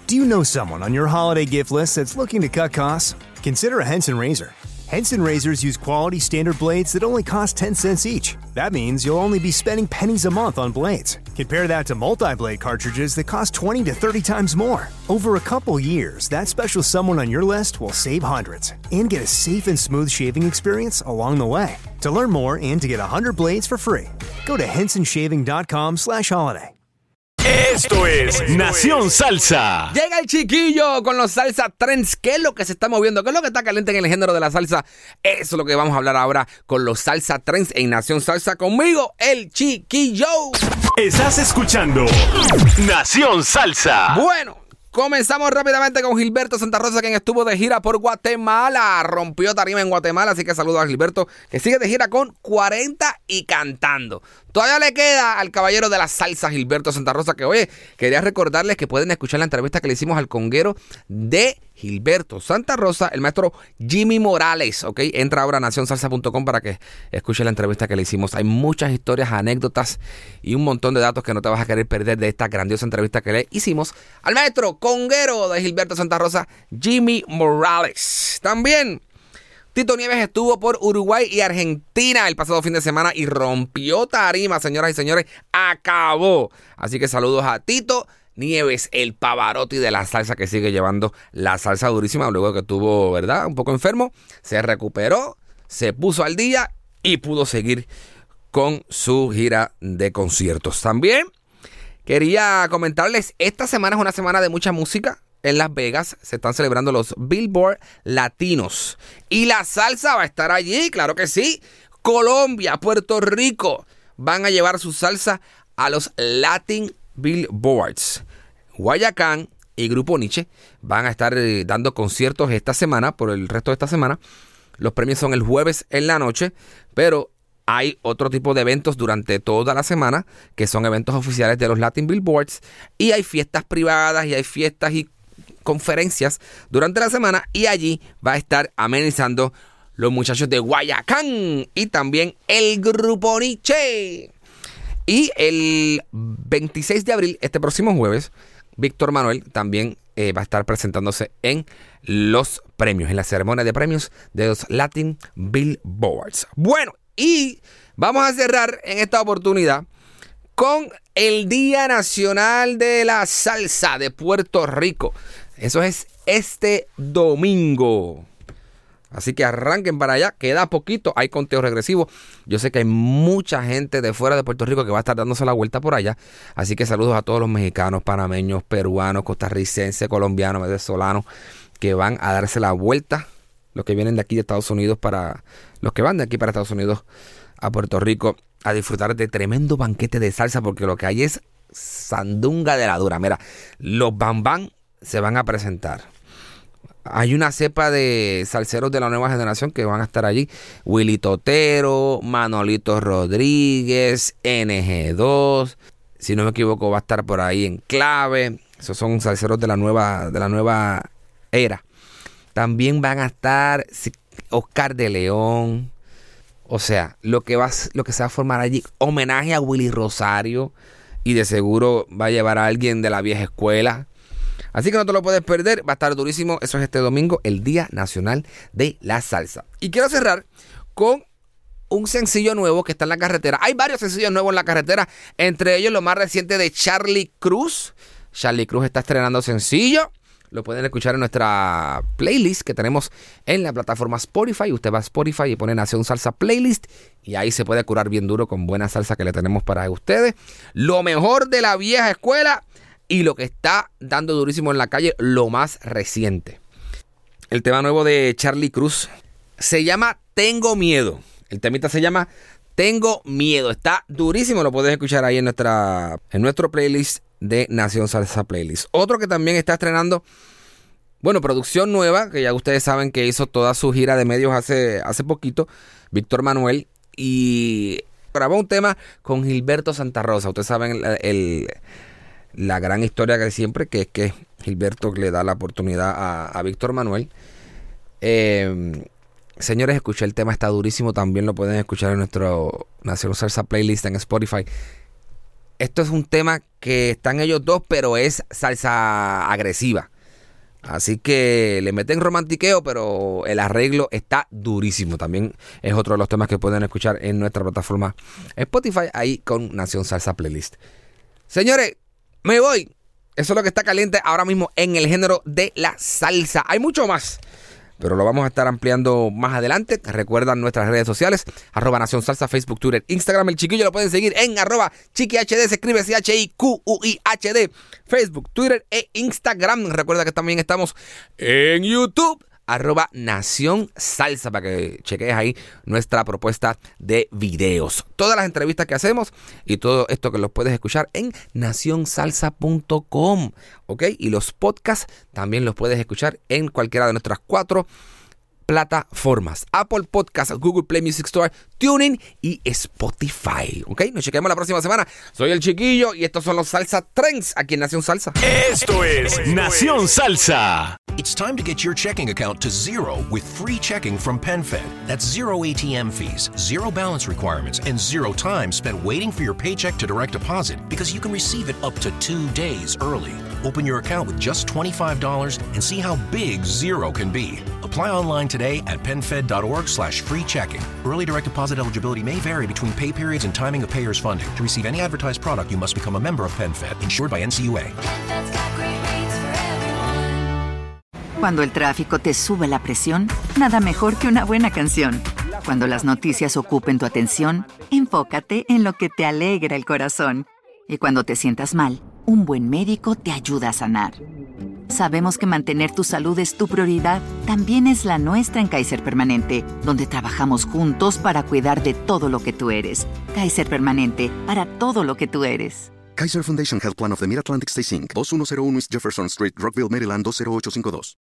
Do you know someone on your holiday gift list that's looking to cut costs? Consider a Henson razor. Henson razors use quality standard blades that only cost 10 cents each. That means you'll only be spending pennies a month on blades. Compare that to multi-blade cartridges that cost 20 to 30 times more. Over a couple years, that special someone on your list will save hundreds and get a safe and smooth shaving experience along the way. To learn more and to get 100 blades for free, go to hensonshaving.com/holiday. Esto es Nación Salsa. Llega el chiquillo con los Salsa Trends. ¿Qué es lo que se está moviendo? ¿Qué es lo que está caliente en el género de la salsa? Eso es lo que vamos a hablar ahora con los Salsa Trends en Nación Salsa. Conmigo, el chiquillo. Estás escuchando Nación Salsa. Bueno, comenzamos rápidamente con Gilberto Santa Rosa, quien estuvo de gira por Guatemala. Rompió tarima en Guatemala, así que saludos a Gilberto, que sigue de gira con 40 y cantando. Todavía le queda al caballero de la salsa, Gilberto Santa Rosa, que oye, quería recordarles que pueden escuchar la entrevista que le hicimos al conguero de Gilberto Santa Rosa, el maestro Jimmy Morales, ¿ok? Entra ahora a nacionsalsa.com para que escuche la entrevista que le hicimos. Hay muchas historias, anécdotas y un montón de datos que no te vas a querer perder de esta grandiosa entrevista que le hicimos al maestro conguero de Gilberto Santa Rosa, Jimmy Morales. También Tito Nieves estuvo por Uruguay y Argentina el pasado fin de semana y rompió tarima, señoras y señores, acabó. Así que saludos a Tito Nieves, el Pavarotti de la salsa, que sigue llevando la salsa durísima luego que estuvo, ¿verdad?, un poco enfermo. Se recuperó, se puso al día y pudo seguir con su gira de conciertos. También quería comentarles, esta semana es una semana de mucha música. En Las Vegas se están celebrando los Billboard Latinos. Y la salsa va a estar allí, claro que sí. Colombia, Puerto Rico van a llevar su salsa a los Latin Billboards. Guayacán y Grupo Nietzsche van a estar dando conciertos esta semana, por el resto de esta semana. Los premios son el jueves en la noche, pero hay otro tipo de eventos durante toda la semana, que son eventos oficiales de los Latin Billboards. Y hay fiestas privadas y hay fiestas y conferencias durante la semana, y allí va a estar amenizando los muchachos de Guayacán y también el Grupo Nietzsche. Y el 26 de abril, este próximo jueves, Víctor Manuel también va a estar presentándose en los premios, en la ceremonia de premios de los Latin Billboards. Bueno, y vamos a cerrar en esta oportunidad con el Día Nacional de la Salsa de Puerto Rico. Eso es este domingo. Así que arranquen para allá, queda poquito, hay conteo regresivo. Yo sé que hay mucha gente de fuera de Puerto Rico que va a estar dándose la vuelta por allá. Así que saludos a todos los mexicanos, panameños, peruanos, costarricenses, colombianos, venezolanos, que van a darse la vuelta. Los que vienen de aquí de Estados Unidos los que van de aquí para Estados Unidos a Puerto Rico a disfrutar de tremendo banquete de salsa, porque lo que hay es sandunga de la dura. Mira, los bambán se van a presentar. Hay una cepa de salseros de la nueva generación que van a estar allí. Willy Totero, Manolito Rodríguez, NG2. Si no me equivoco, va a estar por ahí Enclave. Esos son salseros de la nueva era. También van a estar Oscar de León. O sea, lo que se va a formar allí, homenaje a Willy Rosario. Y de seguro va a llevar a alguien de la vieja escuela. Así que no te lo puedes perder, va a estar durísimo. Eso es este domingo, el Día Nacional de la Salsa. Y quiero cerrar con un sencillo nuevo que está en la carretera. Hay varios sencillos nuevos en la carretera, entre ellos lo más reciente de Charlie Cruz. Charlie Cruz está estrenando sencillo. Lo pueden escuchar en nuestra playlist que tenemos en la plataforma Spotify. Usted va a Spotify y pone Nación Salsa Playlist y ahí se puede curar bien duro con buena salsa que le tenemos para ustedes. Lo mejor de la vieja escuela y lo que está dando durísimo en la calle, lo más reciente. El tema nuevo de Charlie Cruz se llama Tengo Miedo. El temita se llama Tengo Miedo. Está durísimo, lo puedes escuchar ahí en nuestro playlist de Nación Salsa Playlist. Otro que también está estrenando, bueno, producción nueva, que ya ustedes saben que hizo toda su gira de medios hace poquito, Víctor Manuel, y grabó un tema con Gilberto Santa Rosa. Ustedes saben la gran historia que siempre, que es que Gilberto le da la oportunidad a Víctor Manuel. Señores, escuché el tema, está durísimo. También lo pueden escuchar en nuestro Nación Salsa Playlist en Spotify. esto es un tema que están ellos dos, pero es salsa agresiva. Así que le meten romantiqueo, pero el arreglo está durísimo. También es otro de los temas que pueden escuchar en nuestra plataforma Spotify, ahí con Nación Salsa Playlist. Señores, me voy. Eso es lo que está caliente ahora mismo en el género de la salsa. Hay mucho más, pero lo vamos a estar ampliando más adelante. Recuerdan nuestras redes sociales, @Nación Salsa, Facebook, Twitter, Instagram. El chiquillo lo pueden seguir en @ChiquiHD, se escribe CHIQUIHD, Facebook, Twitter e Instagram. Recuerda que también estamos en YouTube, @Nación Salsa, para que cheques ahí nuestra propuesta de videos. Todas las entrevistas que hacemos y todo esto que los puedes escuchar en nacionsalsa.com, ¿ok? Y los podcasts también los puedes escuchar en cualquiera de nuestras 4 plataformas: Apple Podcasts, Google Play Music Store, TuneIn y Spotify, ¿ok? Nos chequemos la próxima semana. Soy el Chiquillo y estos son los Salsa Trends aquí en Nación Salsa. Esto es Nación Salsa. It's time to get your checking account to zero with free checking from PenFed. That's zero ATM fees, zero balance requirements, and zero time spent waiting for your paycheck to direct deposit because you can receive it up to 2 days early. Open your account with just $25 and see how big zero can be. Apply online today at PenFed.org/free checking. Early direct deposit eligibility may vary between pay periods and timing of payers' funding. To receive any advertised product, you must become a member of PenFed, insured by NCUA. Cuando el tráfico te sube la presión, nada mejor que una buena canción. Cuando las noticias ocupen tu atención, enfócate en lo que te alegra el corazón. Y cuando te sientas mal, un buen médico te ayuda a sanar. Sabemos que mantener tu salud es tu prioridad, también es la nuestra en Kaiser Permanente, donde trabajamos juntos para cuidar de todo lo que tú eres. Kaiser Permanente, para todo lo que tú eres. Kaiser Foundation Health Plan of the Mid-Atlantic Stay Inc. 2101 East Jefferson Street, Rockville, Maryland 20852.